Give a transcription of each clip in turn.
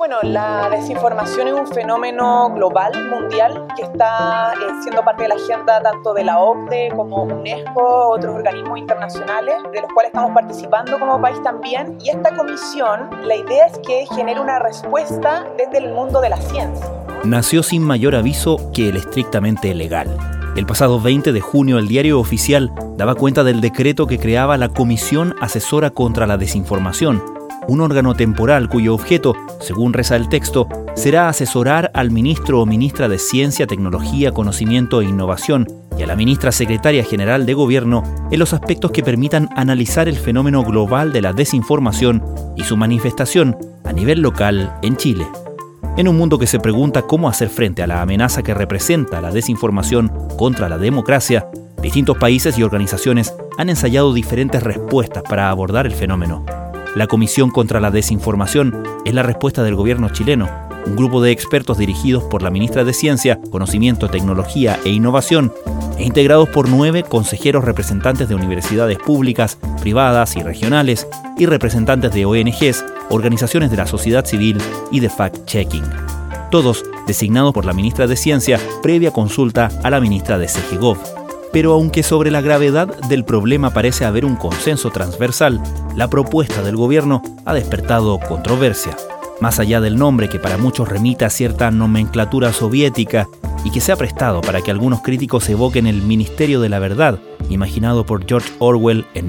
Bueno, la desinformación es un fenómeno global, mundial, que está siendo parte de la agenda tanto de la OCDE como UNESCO, otros organismos internacionales, de los cuales estamos participando como país también. Y esta comisión, la idea es que genere una respuesta desde el mundo de la ciencia. Nació sin mayor aviso que el estrictamente legal. El pasado 20 de junio, el Diario Oficial daba cuenta del decreto que creaba la Comisión Asesora contra la Desinformación, un órgano temporal cuyo objeto, según reza el texto, será asesorar al ministro o ministra de Ciencia, Tecnología, Conocimiento e Innovación y a la ministra secretaria general de Gobierno en los aspectos que permitan analizar el fenómeno global de la desinformación y su manifestación a nivel local en Chile. En un mundo que se pregunta cómo hacer frente a la amenaza que representa la desinformación contra la democracia, distintos países y organizaciones han ensayado diferentes respuestas para abordar el fenómeno. La Comisión contra la Desinformación es la respuesta del gobierno chileno, un grupo de expertos dirigidos por la ministra de Ciencia, Conocimiento, Tecnología e Innovación e integrados por 9 consejeros representantes de universidades públicas, privadas y regionales y representantes de ONGs, organizaciones de la sociedad civil y de fact-checking. Todos designados por la ministra de Ciencia previa consulta a la ministra de CGGov. Pero aunque sobre la gravedad del problema parece haber un consenso transversal, la propuesta del gobierno ha despertado controversia. Más allá del nombre que para muchos remite a cierta nomenclatura soviética y que se ha prestado para que algunos críticos evoquen el Ministerio de la Verdad, imaginado por George Orwell en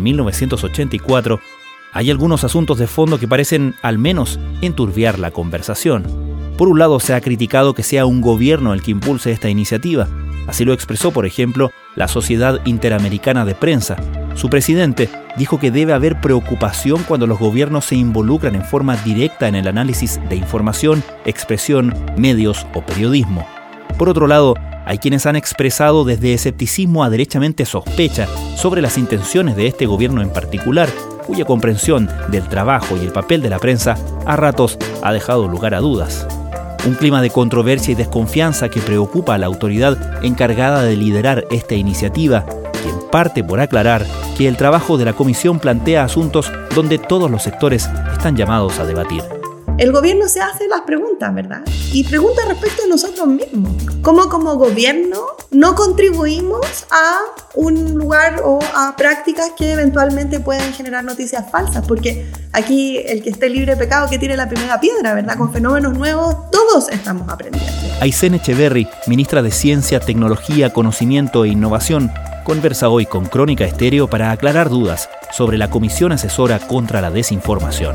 1984, hay algunos asuntos de fondo que parecen, al menos, enturbiar la conversación. Por un lado, se ha criticado que sea un gobierno el que impulse esta iniciativa. Así lo expresó, por ejemplo, la Sociedad Interamericana de Prensa. Su presidente dijo que debe haber preocupación cuando los gobiernos se involucran en forma directa en el análisis de información, expresión, medios o periodismo. Por otro lado, hay quienes han expresado desde escepticismo a derechamente sospecha sobre las intenciones de este gobierno en particular, cuya comprensión del trabajo y el papel de la prensa a ratos ha dejado lugar a dudas. Un clima de controversia y desconfianza que preocupa a la autoridad encargada de liderar esta iniciativa, quien parte por aclarar que el trabajo de la comisión plantea asuntos donde todos los sectores están llamados a debatir. El gobierno se hace las preguntas, ¿verdad? Y pregunta respecto a nosotros mismos. ¿Cómo como gobierno no contribuimos a un lugar o a prácticas que eventualmente pueden generar noticias falsas? Porque aquí el que esté libre de pecado que tire la primera piedra, ¿verdad? Con fenómenos nuevos todos estamos aprendiendo. Aysén Echeverry, ministra de Ciencia, Tecnología, Conocimiento e Innovación, conversa hoy con Crónica Estéreo para aclarar dudas sobre la Comisión Asesora contra la Desinformación.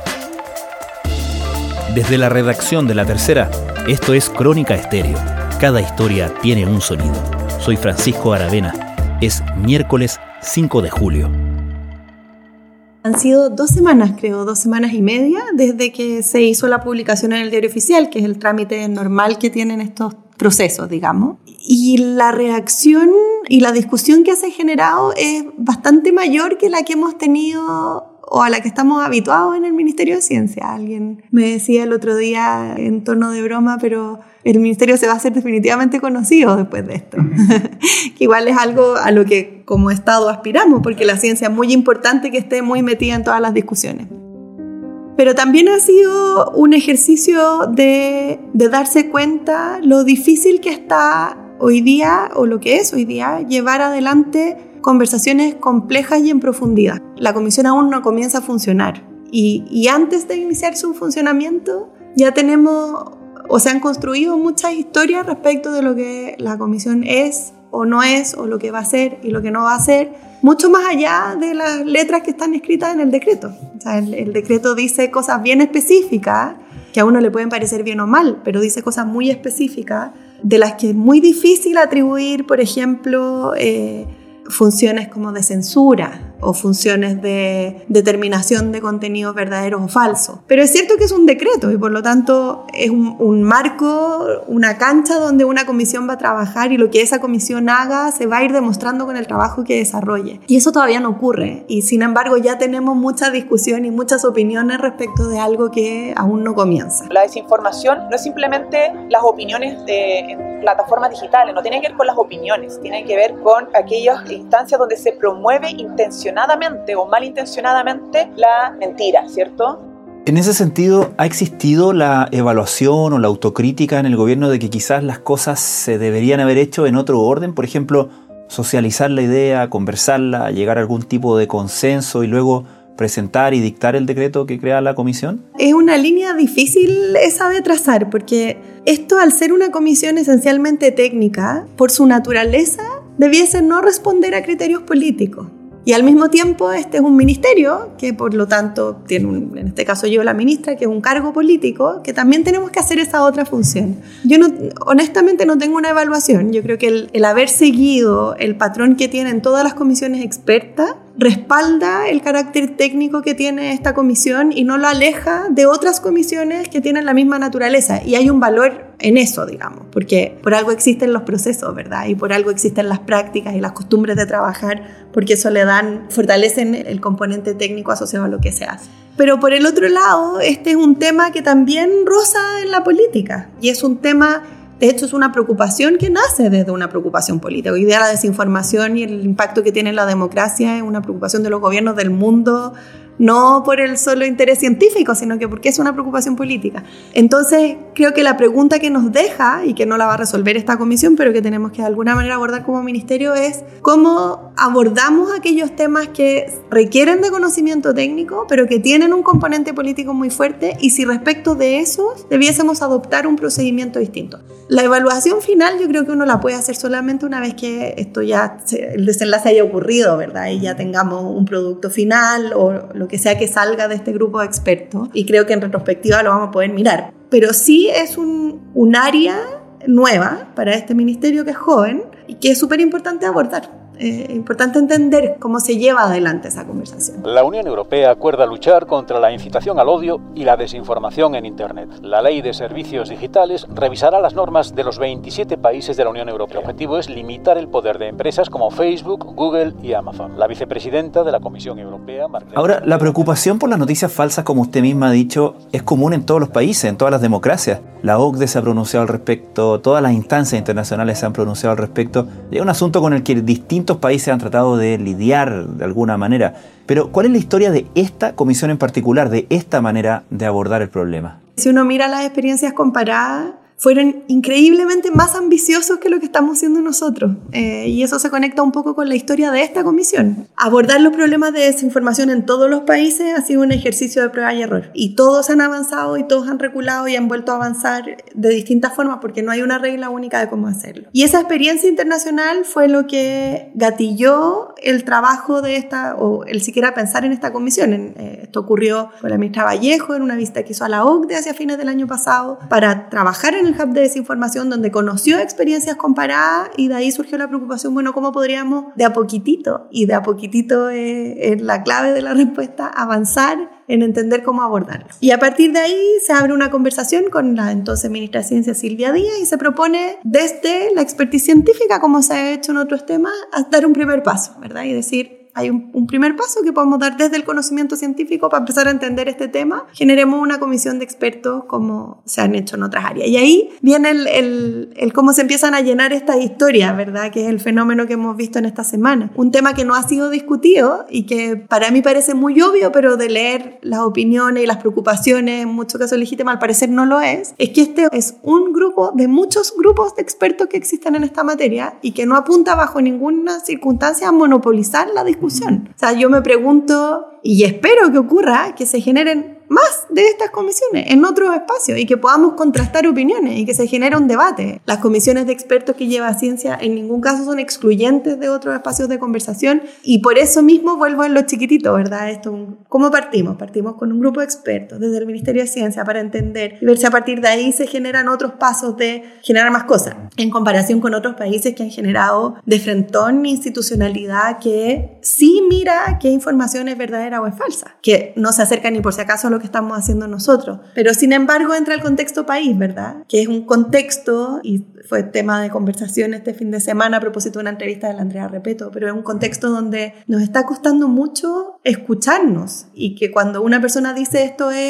Desde la redacción de La Tercera, esto es Crónica Estéreo. Cada historia tiene un sonido. Soy Francisco Aravena. Es miércoles 5 de julio. Han sido 2 semanas, creo, 2 semanas y media desde que se hizo la publicación en el Diario Oficial, que es el trámite normal que tienen estos procesos, digamos. Y la reacción y la discusión que se ha generado es bastante mayor que la que hemos tenido o a la que estamos habituados en el Ministerio de Ciencia. Alguien me decía el otro día en tono de broma, pero el ministerio se va a hacer definitivamente conocido después de esto. Que igual es algo a lo que como Estado aspiramos, porque la ciencia es muy importante que esté muy metida en todas las discusiones. Pero también ha sido un ejercicio de darse cuenta lo difícil que está hoy día, o lo que es hoy día, llevar adelante conversaciones complejas y en profundidad. La comisión aún no comienza a funcionar y antes de iniciar su funcionamiento ya tenemos o se han construido muchas historias respecto de lo que la comisión es o no es, o lo que va a hacer y lo que no va a hacer, mucho más allá de las letras que están escritas en el decreto. O sea, el decreto dice cosas bien específicas que a uno le pueden parecer bien o mal, pero dice cosas muy específicas de las que es muy difícil atribuir, por ejemplo, funciones como de censura o funciones de determinación de contenidos verdaderos o falsos. Pero es cierto que es un decreto y por lo tanto es un marco, una cancha donde una comisión va a trabajar y lo que esa comisión haga se va a ir demostrando con el trabajo que desarrolle. Y eso todavía no ocurre y sin embargo ya tenemos mucha discusión y muchas opiniones respecto de algo que aún no comienza. La desinformación no es simplemente las opiniones en plataformas digitales, no tiene que ver con las opiniones, tiene que ver con aquellas instancias donde se promueve intencionadamente o malintencionadamente la mentira, ¿cierto? En ese sentido, ¿ha existido la evaluación o la autocrítica en el gobierno de que quizás las cosas se deberían haber hecho en otro orden? Por ejemplo, socializar la idea, conversarla, llegar a algún tipo de consenso y luego presentar y dictar el decreto que crea la comisión. Es una línea difícil esa de trazar, porque esto, al ser una comisión esencialmente técnica, por su naturaleza, debiese no responder a criterios políticos. Y al mismo tiempo, este es un ministerio que, por lo tanto, tiene en este caso yo, la ministra, que es un cargo político, que también tenemos que hacer esa otra función. Yo honestamente no tengo una evaluación. Yo creo que el haber seguido el patrón que tienen todas las comisiones expertas respalda el carácter técnico que tiene esta comisión y no lo aleja de otras comisiones que tienen la misma naturaleza. Y hay un valor en eso, digamos, porque por algo existen los procesos, ¿verdad? Y por algo existen las prácticas y las costumbres de trabajar, porque eso fortalecen el componente técnico asociado a lo que se hace. Pero por el otro lado, este es un tema que también roza en la política, y es un tema, de hecho, es una preocupación que nace desde una preocupación política. Hoy día la desinformación y el impacto que tiene en la democracia es una preocupación de los gobiernos del mundo, no por el solo interés científico, sino que porque es una preocupación política. Entonces, creo que la pregunta que nos deja, y que no la va a resolver esta comisión, pero que tenemos que de alguna manera abordar como ministerio, es cómo abordamos aquellos temas que requieren de conocimiento técnico, pero que tienen un componente político muy fuerte, y si respecto de esos debiésemos adoptar un procedimiento distinto. La evaluación final yo creo que uno la puede hacer solamente una vez que esto ya, el desenlace haya ocurrido, ¿verdad? Y ya tengamos un producto final o lo que sea que salga de este grupo de expertos, y creo que en retrospectiva lo vamos a poder mirar. Pero sí es un área nueva para este ministerio que es joven y que es súper importante abordar. Importante entender cómo se lleva adelante esa conversación. La Unión Europea acuerda luchar contra la incitación al odio y la desinformación en Internet. La Ley de Servicios Digitales revisará las normas de los 27 países de la Unión Europea. El objetivo es limitar el poder de empresas como Facebook, Google y Amazon. La vicepresidenta de la Comisión Europea, Margrethe... Ahora, la preocupación por las noticias falsas, como usted misma ha dicho, es común en todos los países, en todas las democracias. La OCDE se ha pronunciado al respecto, todas las instancias internacionales se han pronunciado al respecto. Y es un asunto con el que distintos países han tratado de lidiar de alguna manera. Pero, ¿cuál es la historia de esta comisión en particular, de esta manera de abordar el problema? Si uno mira las experiencias comparadas, fueron increíblemente más ambiciosos que lo que estamos haciendo nosotros. Y eso se conecta un poco con la historia de esta comisión. Abordar los problemas de desinformación en todos los países ha sido un ejercicio de prueba y error. Y todos han avanzado y todos han reculado y han vuelto a avanzar de distintas formas, porque no hay una regla única de cómo hacerlo. Y esa experiencia internacional fue lo que gatilló el trabajo de esta, o el siquiera pensar en esta comisión. Esto ocurrió con la ministra Vallejo en una visita que hizo a la OCDE hacia fines del año pasado para trabajar en el Hub de Desinformación, donde conoció experiencias comparadas, y de ahí surgió la preocupación, bueno, ¿cómo podríamos de a poquitito, y de a poquitito es la clave de la respuesta, avanzar en entender cómo abordarlo? Y a partir de ahí se abre una conversación con la entonces ministra de Ciencia, Silvia Díaz, y se propone desde la expertise científica, como se ha hecho en otros temas, a dar un primer paso, ¿verdad? Y decir, hay un primer paso que podemos dar desde el conocimiento científico para empezar a entender este tema. Generemos una comisión de expertos como se han hecho en otras áreas. Y ahí viene el cómo se empiezan a llenar estas historias, ¿verdad? Que es el fenómeno que hemos visto en esta semana. Un tema que no ha sido discutido y que para mí parece muy obvio, pero de leer las opiniones y las preocupaciones, en muchos casos legítimas, al parecer no lo es que este es un grupo de muchos grupos de expertos que existen en esta materia y que no apunta bajo ninguna circunstancia a monopolizar la discusión. O sea, yo me pregunto, y espero que ocurra, que se generen más de estas comisiones en otros espacios y que podamos contrastar opiniones y que se genere un debate. Las comisiones de expertos que lleva ciencia en ningún caso son excluyentes de otros espacios de conversación, y por eso mismo vuelvo en lo chiquitito, ¿verdad? ¿Cómo partimos? Partimos con un grupo de expertos desde el Ministerio de Ciencia para entender y ver si a partir de ahí se generan otros pasos de generar más cosas en comparación con otros países que han generado de frentón institucionalidad que sí mira qué información es verdadera o es falsa, que no se acerca ni por si acaso a lo que estamos haciendo nosotros, pero sin embargo entra el contexto país, ¿verdad? Que es un contexto, y fue tema de conversación este fin de semana a propósito de una entrevista de la Andrea Repeto, pero es un contexto donde nos está costando mucho escucharnos, y que cuando una persona dice esto es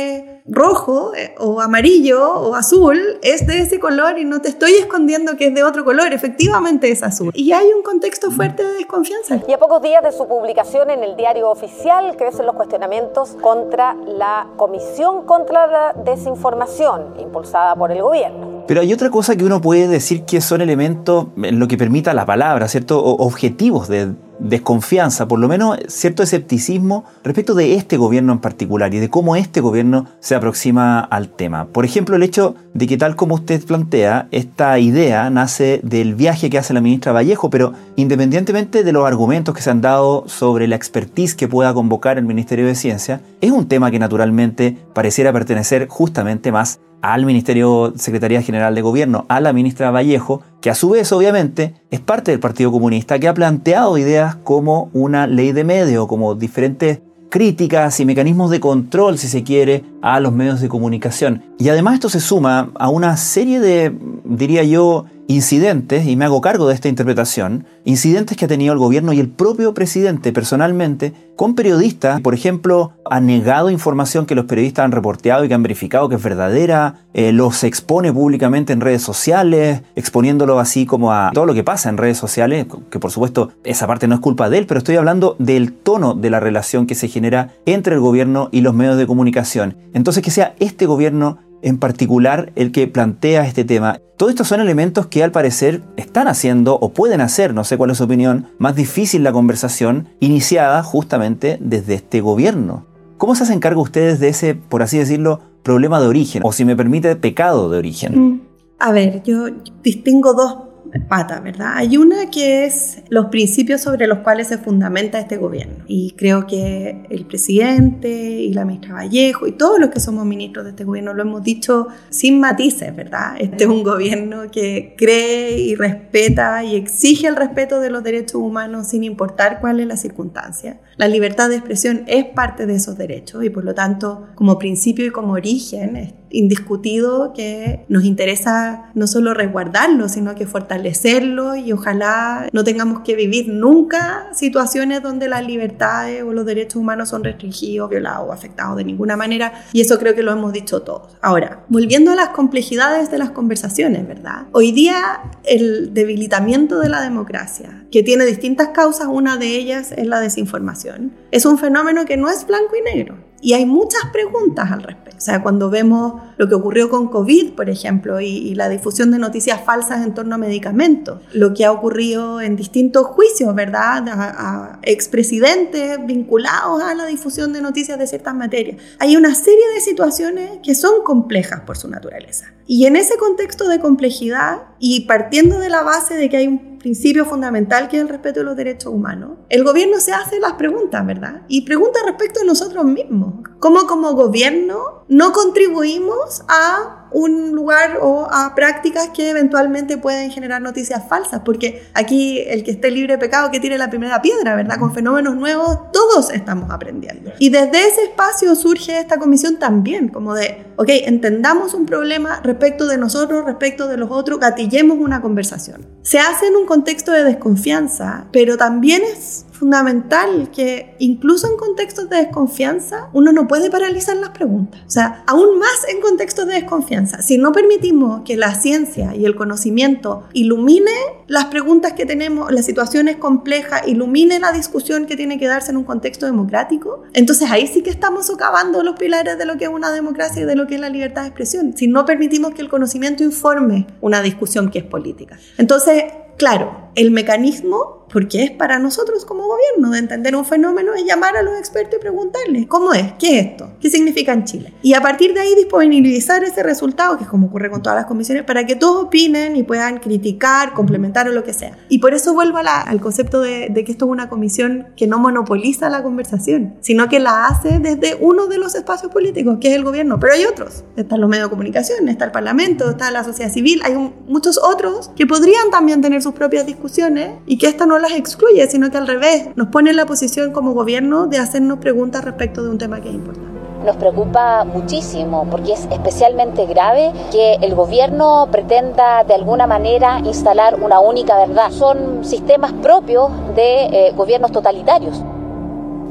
rojo o amarillo o azul, es de ese color y no te estoy escondiendo que es de otro color, efectivamente es azul. Y hay un contexto fuerte de desconfianza. Y a pocos días de su publicación en el Diario Oficial crecen los cuestionamientos contra la Comisión contra la Desinformación impulsada por el gobierno. Pero hay otra cosa que uno puede decir que son elementos en lo que permita la palabra, ¿cierto? O objetivos de desconfianza, por lo menos cierto escepticismo respecto de este gobierno en particular y de cómo este gobierno se aproxima al tema. Por ejemplo, el hecho de que, tal como usted plantea, esta idea nace del viaje que hace la ministra Vallejo, pero independientemente de los argumentos que se han dado sobre la expertise que pueda convocar el Ministerio de Ciencia, es un tema que naturalmente pareciera pertenecer justamente más al Ministerio Secretaría General de Gobierno, a la ministra Vallejo, que a su vez obviamente es parte del Partido Comunista, que ha planteado ideas como una ley de medios, como diferentes críticas y mecanismos de control, si se quiere, a los medios de comunicación. Y además esto se suma a una serie de, diría yo, incidentes, y me hago cargo de esta interpretación, incidentes que ha tenido el gobierno y el propio presidente personalmente con periodistas. Por ejemplo, ha negado información que los periodistas han reporteado y que han verificado que es verdadera, los expone públicamente en redes sociales, exponiéndolo así como a todo lo que pasa en redes sociales, que por supuesto esa parte no es culpa de él, pero estoy hablando del tono de la relación que se genera entre el gobierno y los medios de comunicación. Entonces, que sea este gobierno en particular el que plantea este tema. Todos estos son elementos que al parecer están haciendo o pueden hacer, no sé cuál es su opinión, más difícil la conversación iniciada justamente desde este gobierno. ¿Cómo se hacen cargo ustedes de ese, por así decirlo, problema de origen? O si me permite, pecado de origen. A ver, yo distingo dos patas, ¿verdad? Hay una que es los principios sobre los cuales se fundamenta este gobierno. Y creo que el presidente y la ministra Vallejo y todos los que somos ministros de este gobierno lo hemos dicho sin matices, ¿verdad? Este es un gobierno que cree y respeta y exige el respeto de los derechos humanos sin importar cuál es la circunstancia. La libertad de expresión es parte de esos derechos y por lo tanto, como principio y como origen, es indiscutido que nos interesa no solo resguardarlo, sino que fortalecerlo, y ojalá no tengamos que vivir nunca situaciones donde las libertades o los derechos humanos son restringidos, violados o afectados de ninguna manera, y eso creo que lo hemos dicho todos. Ahora, volviendo a las complejidades de las conversaciones, ¿verdad? Hoy día el debilitamiento de la democracia, que tiene distintas causas, una de ellas es la desinformación, es un fenómeno que no es blanco y negro. Y hay muchas preguntas al respecto. O sea, cuando vemos lo que ocurrió con COVID, por ejemplo, y la difusión de noticias falsas en torno a medicamentos, lo que ha ocurrido en distintos juicios, ¿verdad?, a expresidentes vinculados a la difusión de noticias de ciertas materias. Hay una serie de situaciones que son complejas por su naturaleza. Y en ese contexto de complejidad, y partiendo de la base de que hay un principio fundamental que es el respeto de los derechos humanos, el gobierno se hace las preguntas, ¿verdad? Y pregunta respecto de nosotros mismos. ¿Cómo como gobierno no contribuimos a un lugar o a prácticas que eventualmente pueden generar noticias falsas? Porque aquí el que esté libre de pecado que tire la primera piedra, ¿verdad? Con fenómenos nuevos todos estamos aprendiendo. Y desde ese espacio surge esta comisión también, como de, ok, entendamos un problema respecto de nosotros, respecto de los otros, gatillemos una conversación. Se hace en un contexto de desconfianza, pero también es fundamental que incluso en contextos de desconfianza uno no puede paralizar las preguntas. O sea, aún más en contextos de desconfianza, si no permitimos que la ciencia y el conocimiento ilumine las preguntas que tenemos, las situaciones complejas, ilumine la discusión que tiene que darse en un contexto democrático, entonces ahí sí que estamos socavando los pilares de lo que es una democracia y de lo que es la libertad de expresión, si no permitimos que el conocimiento informe una discusión que es política. Entonces, claro, el mecanismo, porque es para nosotros como gobierno de entender un fenómeno, es llamar a los expertos y preguntarles ¿cómo es? ¿Qué es esto? ¿Qué significa en Chile? Y a partir de ahí disponibilizar ese resultado, que es como ocurre con todas las comisiones, para que todos opinen y puedan criticar, complementar o lo que sea. Y por eso vuelvo al concepto de que esto es una comisión que no monopoliza la conversación, sino que la hace desde uno de los espacios políticos, que es el gobierno. Pero hay otros. Están los medios de comunicación, está el Parlamento, está la sociedad civil, hay muchos otros que podrían también tener sus propias discusiones y que esta no las excluye, sino que al revés, nos pone en la posición como gobierno de hacernos preguntas respecto de un tema que es importante. Nos preocupa muchísimo porque es especialmente grave que el gobierno pretenda de alguna manera instalar una única verdad. Son sistemas propios de gobiernos totalitarios.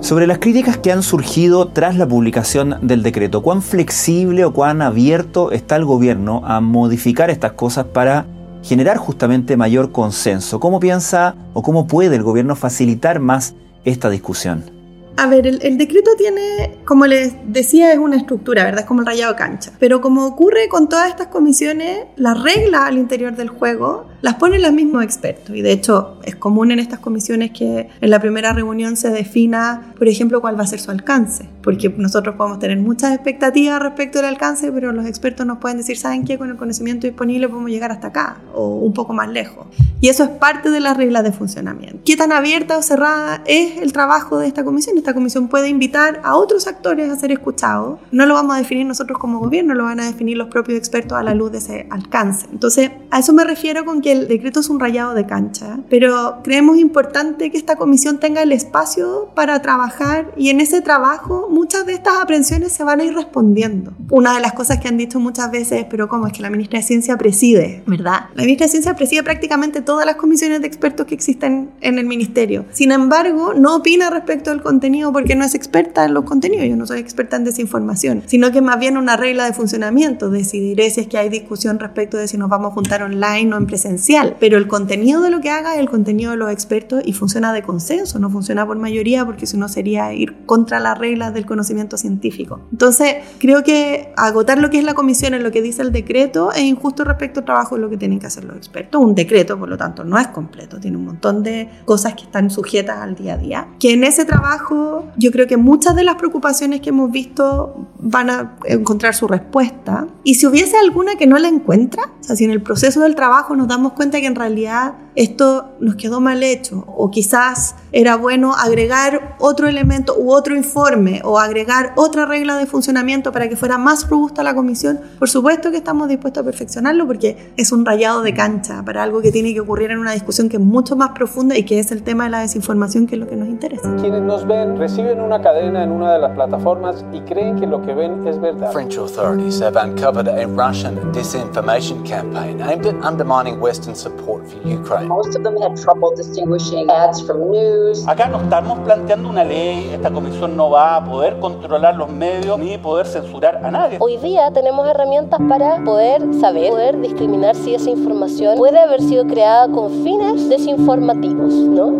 Sobre las críticas que han surgido tras la publicación del decreto, ¿cuán flexible o cuán abierto está el gobierno a modificar estas cosas para generar justamente mayor consenso? ¿Cómo piensa o cómo puede el gobierno facilitar más esta discusión? A ver, el decreto tiene, como les decía, es una estructura, ¿verdad? Es como el rayado de cancha. Pero como ocurre con todas estas comisiones, las reglas al interior del juego las ponen los mismos expertos. Y de hecho, es común en estas comisiones que en la primera reunión se defina, por ejemplo, cuál va a ser su alcance. Porque nosotros podemos tener muchas expectativas respecto al alcance, pero los expertos nos pueden decir, ¿saben qué? Con el conocimiento disponible podemos llegar hasta acá o un poco más lejos. Y eso es parte de las reglas de funcionamiento. ¿Qué tan abierta o cerrada es el trabajo de esta comisión? Esta comisión puede invitar a otros actores a ser escuchados. No lo vamos a definir nosotros como gobierno, lo van a definir los propios expertos a la luz de ese alcance. Entonces, a eso me refiero con que el decreto es un rayado de cancha, pero creemos importante que esta comisión tenga el espacio para trabajar, y en ese trabajo muchas de estas aprehensiones se van a ir respondiendo. Una de las cosas que han dicho muchas veces es, pero ¿cómo? Es que la ministra de Ciencia preside, ¿verdad? La ministra de Ciencia preside prácticamente todas las comisiones de expertos que existen en el ministerio. Sin embargo, no opina respecto al contenido porque no es experta en los contenidos. Yo no soy experta en desinformación, sino que más bien una regla de funcionamiento. Decidiré si es que hay discusión respecto de si nos vamos a juntar online o en presencial, pero el contenido de lo que haga es el contenido de los expertos y funciona de consenso, no funciona por mayoría, porque si no sería ir contra las reglas del conocimiento científico. Entonces, creo que agotar lo que es la comisión en lo que dice el decreto es injusto respecto al trabajo de lo que tienen que hacer los expertos. Un decreto, por lo tanto, no es completo, tiene un montón de cosas que están sujetas al día a día, que en ese trabajo yo creo que muchas de las preocupaciones que hemos visto van a encontrar su respuesta, y si hubiese alguna que no la encuentra, o sea, si en el proceso del trabajo nos damos cuenta que en realidad esto nos quedó mal hecho, o quizás era bueno agregar otro elemento u otro informe, o agregar otra regla de funcionamiento para que fuera más robusta la comisión, por supuesto que estamos dispuestos a perfeccionarlo, porque es un rayado de cancha para algo que tiene que ocurrir en una discusión que es mucho más profunda y que es el tema de la desinformación, que es lo que nos interesa. Quienes nos ven reciben una cadena en una de las plataformas y creen que lo que ven es verdad. French authorities have uncovered a Russian disinformation campaign aimed at undermining Western support for Ukraine. Most of them had trouble distinguishing ads from news. Acá no estamos planteando una ley, esta comisión no va a poder controlar los medios ni poder censurar a nadie. Hoy día tenemos herramientas para poder saber, poder discriminar si esa información puede haber sido creada con fines desinformativos,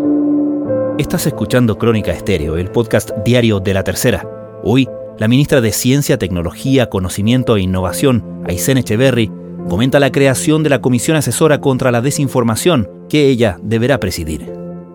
¿no? Estás escuchando Crónica Estéreo, el podcast diario de La Tercera. Hoy, la ministra de Ciencia, Tecnología, Conocimiento e Innovación, Aysén Echeverry, comenta la creación de la Comisión Asesora contra la Desinformación, que ella deberá presidir.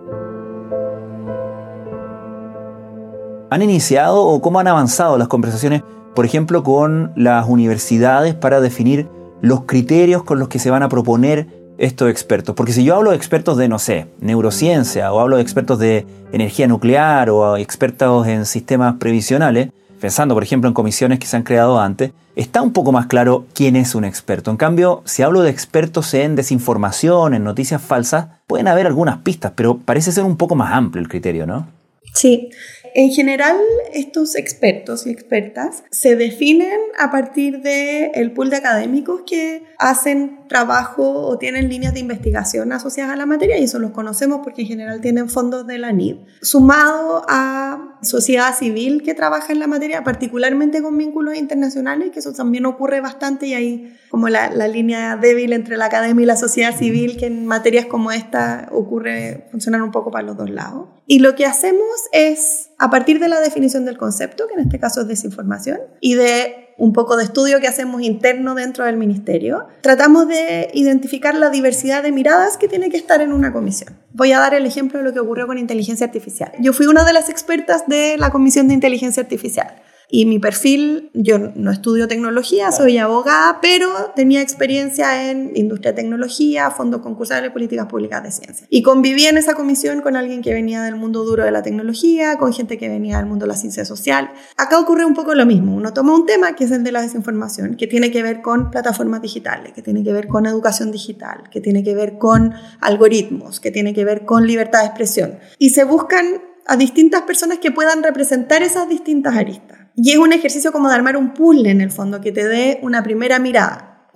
¿Han iniciado o cómo han avanzado las conversaciones, por ejemplo, con las universidades para definir los criterios con los que se van a proponer estos expertos? Porque si yo hablo de expertos de, no sé, neurociencia, o hablo de expertos de energía nuclear, o expertos en sistemas previsionales, pensando, por ejemplo, en comisiones que se han creado antes, está un poco más claro quién es un experto. En cambio, si hablo de expertos en desinformación, en noticias falsas, pueden haber algunas pistas, pero parece ser un poco más amplio el criterio, ¿no? Sí. En general, estos expertos y expertas se definen a partir del pool de académicos que hacen trabajo o tienen líneas de investigación asociadas a la materia, y eso los conocemos porque en general tienen fondos de la NID, sumado a sociedad civil que trabaja en la materia, particularmente con vínculos internacionales, que eso también ocurre bastante, y hay como la línea débil entre la academia y la sociedad civil, que en materias como esta funcionan un poco para los dos lados. Y lo que hacemos es, a partir de la definición del concepto, que en este caso es desinformación, y de un poco de estudio que hacemos interno dentro del ministerio, tratamos de identificar la diversidad de miradas que tiene que estar en una comisión. Voy a dar el ejemplo de lo que ocurrió con inteligencia artificial. Yo fui una de las expertas de la Comisión de Inteligencia Artificial. Y mi perfil, yo no estudio tecnología, soy abogada, pero tenía experiencia en industria de tecnología, fondos concursables, políticas públicas de ciencia. Y conviví en esa comisión con alguien que venía del mundo duro de la tecnología, con gente que venía del mundo de la ciencia social. Acá ocurre un poco lo mismo. Uno toma un tema que es el de la desinformación, que tiene que ver con plataformas digitales, que tiene que ver con educación digital, que tiene que ver con algoritmos, que tiene que ver con libertad de expresión. Y se buscan a distintas personas que puedan representar esas distintas aristas. Y es un ejercicio como de armar un puzzle en el fondo, que te dé una primera mirada.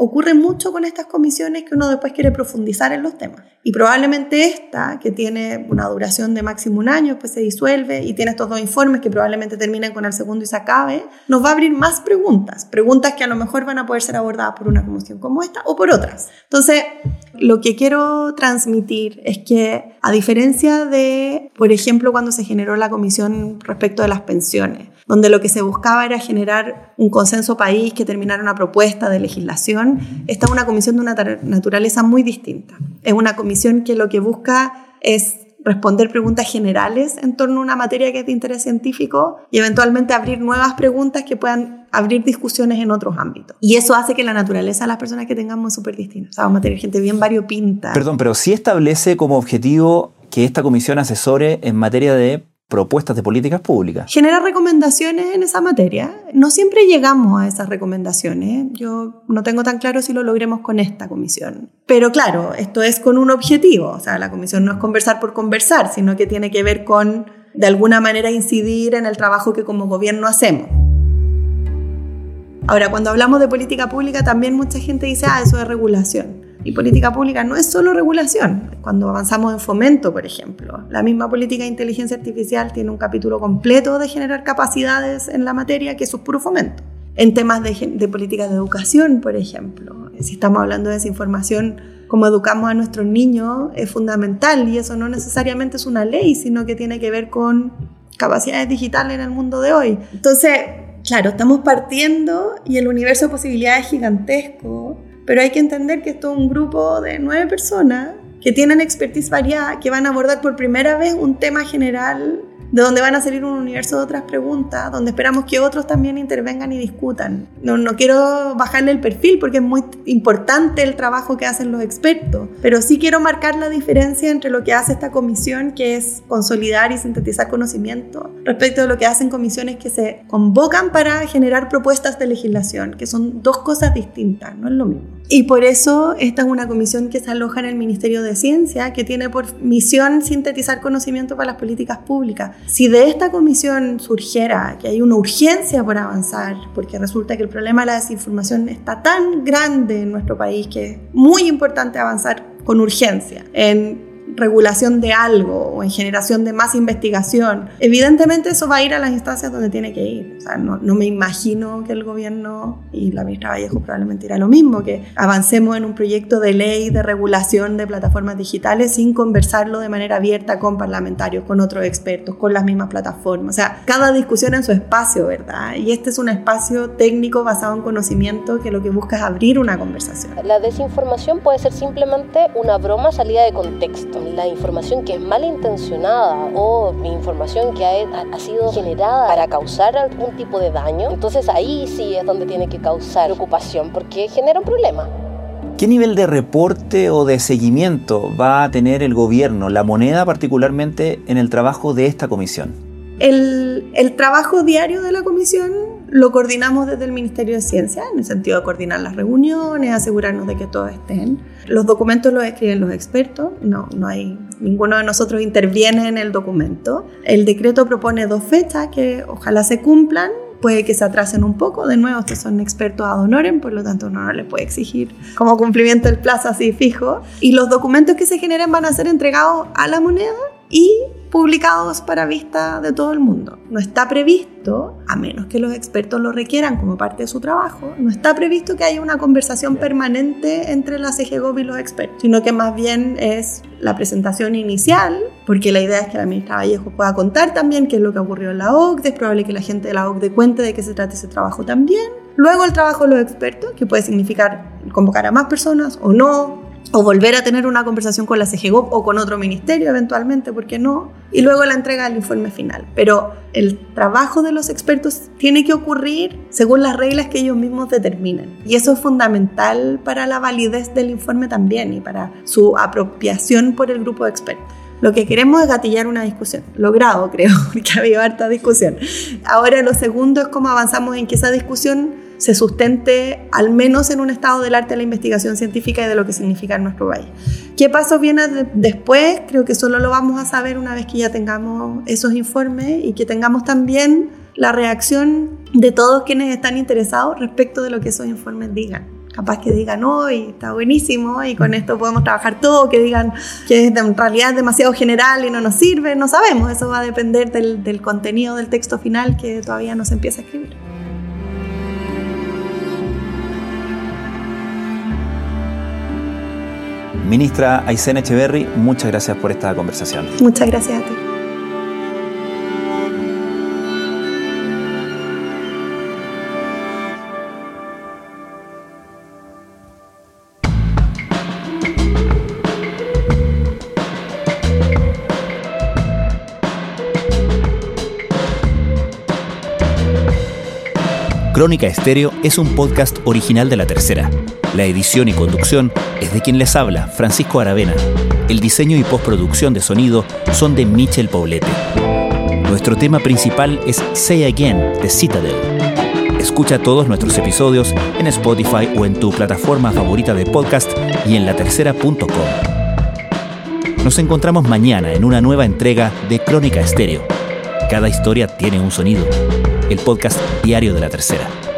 ocurre mucho con estas comisiones que uno después quiere profundizar en los temas. Y probablemente esta, que tiene una duración de máximo 1 año, después se disuelve y tiene estos 2 informes que probablemente terminen con el segundo y se acabe, nos va a abrir más preguntas que a lo mejor van a poder ser abordadas por una comisión como esta o por otras. Entonces, lo que quiero transmitir es que, a diferencia de, por ejemplo, cuando se generó la comisión respecto de las pensiones, donde lo que se buscaba era generar un consenso país que terminara una propuesta de legislación, esta es una comisión de una naturaleza muy distinta. Es una comisión que lo que busca es responder preguntas generales en torno a una materia que es de interés científico y eventualmente abrir nuevas preguntas que puedan abrir discusiones en otros ámbitos. Y eso hace que la naturaleza de las personas que tengamos es súper distinta. O sea, vamos a tener gente bien variopinta. Perdón, pero sí establece como objetivo que esta comisión asesore en materia de propuestas de políticas públicas. Genera recomendaciones en esa materia. No siempre llegamos a esas recomendaciones. Yo no tengo tan claro si lo logremos con esta comisión. Pero claro, esto es con un objetivo. O sea, la comisión no es conversar por conversar, sino que tiene que ver con, de alguna manera, incidir en el trabajo que como gobierno hacemos. Ahora, cuando hablamos de política pública, también mucha gente dice, eso es regulación. Y política pública no es solo regulación. Cuando avanzamos en fomento, por ejemplo, la misma política de inteligencia artificial tiene un capítulo completo de generar capacidades en la materia, que eso es puro fomento. En temas de políticas de educación, por ejemplo, si estamos hablando de desinformación, cómo educamos a nuestros niños es fundamental, y eso no necesariamente es una ley, sino que tiene que ver con capacidades digitales en el mundo de hoy. Entonces, claro, estamos partiendo y el universo de posibilidades es gigantesco, pero hay que entender que esto es un grupo de 9 personas que tienen expertise variada, que van a abordar por primera vez un tema general, de donde van a salir un universo de otras preguntas, donde esperamos que otros también intervengan y discutan. No quiero bajarle el perfil porque es muy importante el trabajo que hacen los expertos, pero sí quiero marcar la diferencia entre lo que hace esta comisión, que es consolidar y sintetizar conocimiento, respecto de lo que hacen comisiones que se convocan para generar propuestas de legislación, que son 2 cosas distintas, no es lo mismo. Y por eso esta es una comisión que se aloja en el Ministerio de Ciencia, que tiene por misión sintetizar conocimiento para las políticas públicas. Si de esta comisión surgiera que hay una urgencia por avanzar, porque resulta que el problema de la desinformación está tan grande en nuestro país que es muy importante avanzar con urgencia en regulación de algo o en generación de más investigación, evidentemente eso va a ir a las instancias donde tiene que ir. O sea, no me imagino que el gobierno y la ministra Vallejo probablemente irá lo mismo, que avancemos en un proyecto de ley de regulación de plataformas digitales sin conversarlo de manera abierta con parlamentarios, con otros expertos, con las mismas plataformas. O sea, cada discusión en su espacio, ¿verdad? Y este es un espacio técnico basado en conocimiento que lo que busca es abrir una conversación. La desinformación puede ser simplemente una broma salida de contexto. La información que es malintencionada o información que ha sido generada para causar algún tipo de daño, entonces ahí sí es donde tiene que causar preocupación porque genera un problema. ¿Qué nivel de reporte o de seguimiento va a tener el gobierno, la moneda particularmente, en el trabajo de esta comisión? El trabajo diario de la comisión lo coordinamos desde el Ministerio de Ciencia, en el sentido de coordinar las reuniones, asegurarnos de que todos estén. Los documentos los escriben los expertos, ninguno de nosotros interviene en el documento. El decreto propone 2 fechas que ojalá se cumplan. Puede que se atrasen un poco, de nuevo, estos son expertos ad honorem, por lo tanto uno no les puede exigir como cumplimiento del plazo así fijo. Y los documentos que se generen van a ser entregados a la moneda y publicados para vista de todo el mundo. No está previsto, a menos que los expertos lo requieran como parte de su trabajo, no está previsto que haya una conversación permanente entre la CGGOV y los expertos, sino que más bien es la presentación inicial, porque la idea es que la ministra Vallejo pueda contar también qué es lo que ocurrió en la OCDE, es probable que la gente de la OCDE cuente de qué se trata ese trabajo también. Luego el trabajo de los expertos, que puede significar convocar a más personas o no, o volver a tener una conversación con la CGGOV o con otro ministerio eventualmente, ¿por qué no? Y luego la entrega del informe final. Pero el trabajo de los expertos tiene que ocurrir según las reglas que ellos mismos determinen. Y eso es fundamental para la validez del informe también y para su apropiación por el grupo de expertos. Lo que queremos es gatillar una discusión. Logrado, creo, porque ha habido harta discusión. Ahora lo segundo es cómo avanzamos en que esa discusión se sustente al menos en un estado del arte de la investigación científica y de lo que significa en nuestro país. ¿Qué pasos vienen después? Creo que solo lo vamos a saber una vez que ya tengamos esos informes y que tengamos también la reacción de todos quienes están interesados respecto de lo que esos informes digan. Capaz que digan, hoy está buenísimo y con esto podemos trabajar todo, que digan que en realidad es demasiado general y no nos sirve, no sabemos, eso va a depender del contenido del texto final que todavía no se empieza a escribir. Ministra Aysén Echeverry, muchas gracias por esta conversación. Muchas gracias a ti. Crónica Estéreo es un podcast original de La Tercera. La edición y conducción es de quien les habla, Francisco Aravena. El diseño y postproducción de sonido son de Michel Poblete. Nuestro tema principal es Say Again, de Citadel. Escucha todos nuestros episodios en Spotify o en tu plataforma favorita de podcast y en latercera.com. Nos encontramos mañana en una nueva entrega de Crónica Estéreo. Cada historia tiene un sonido. El podcast diario de La Tercera.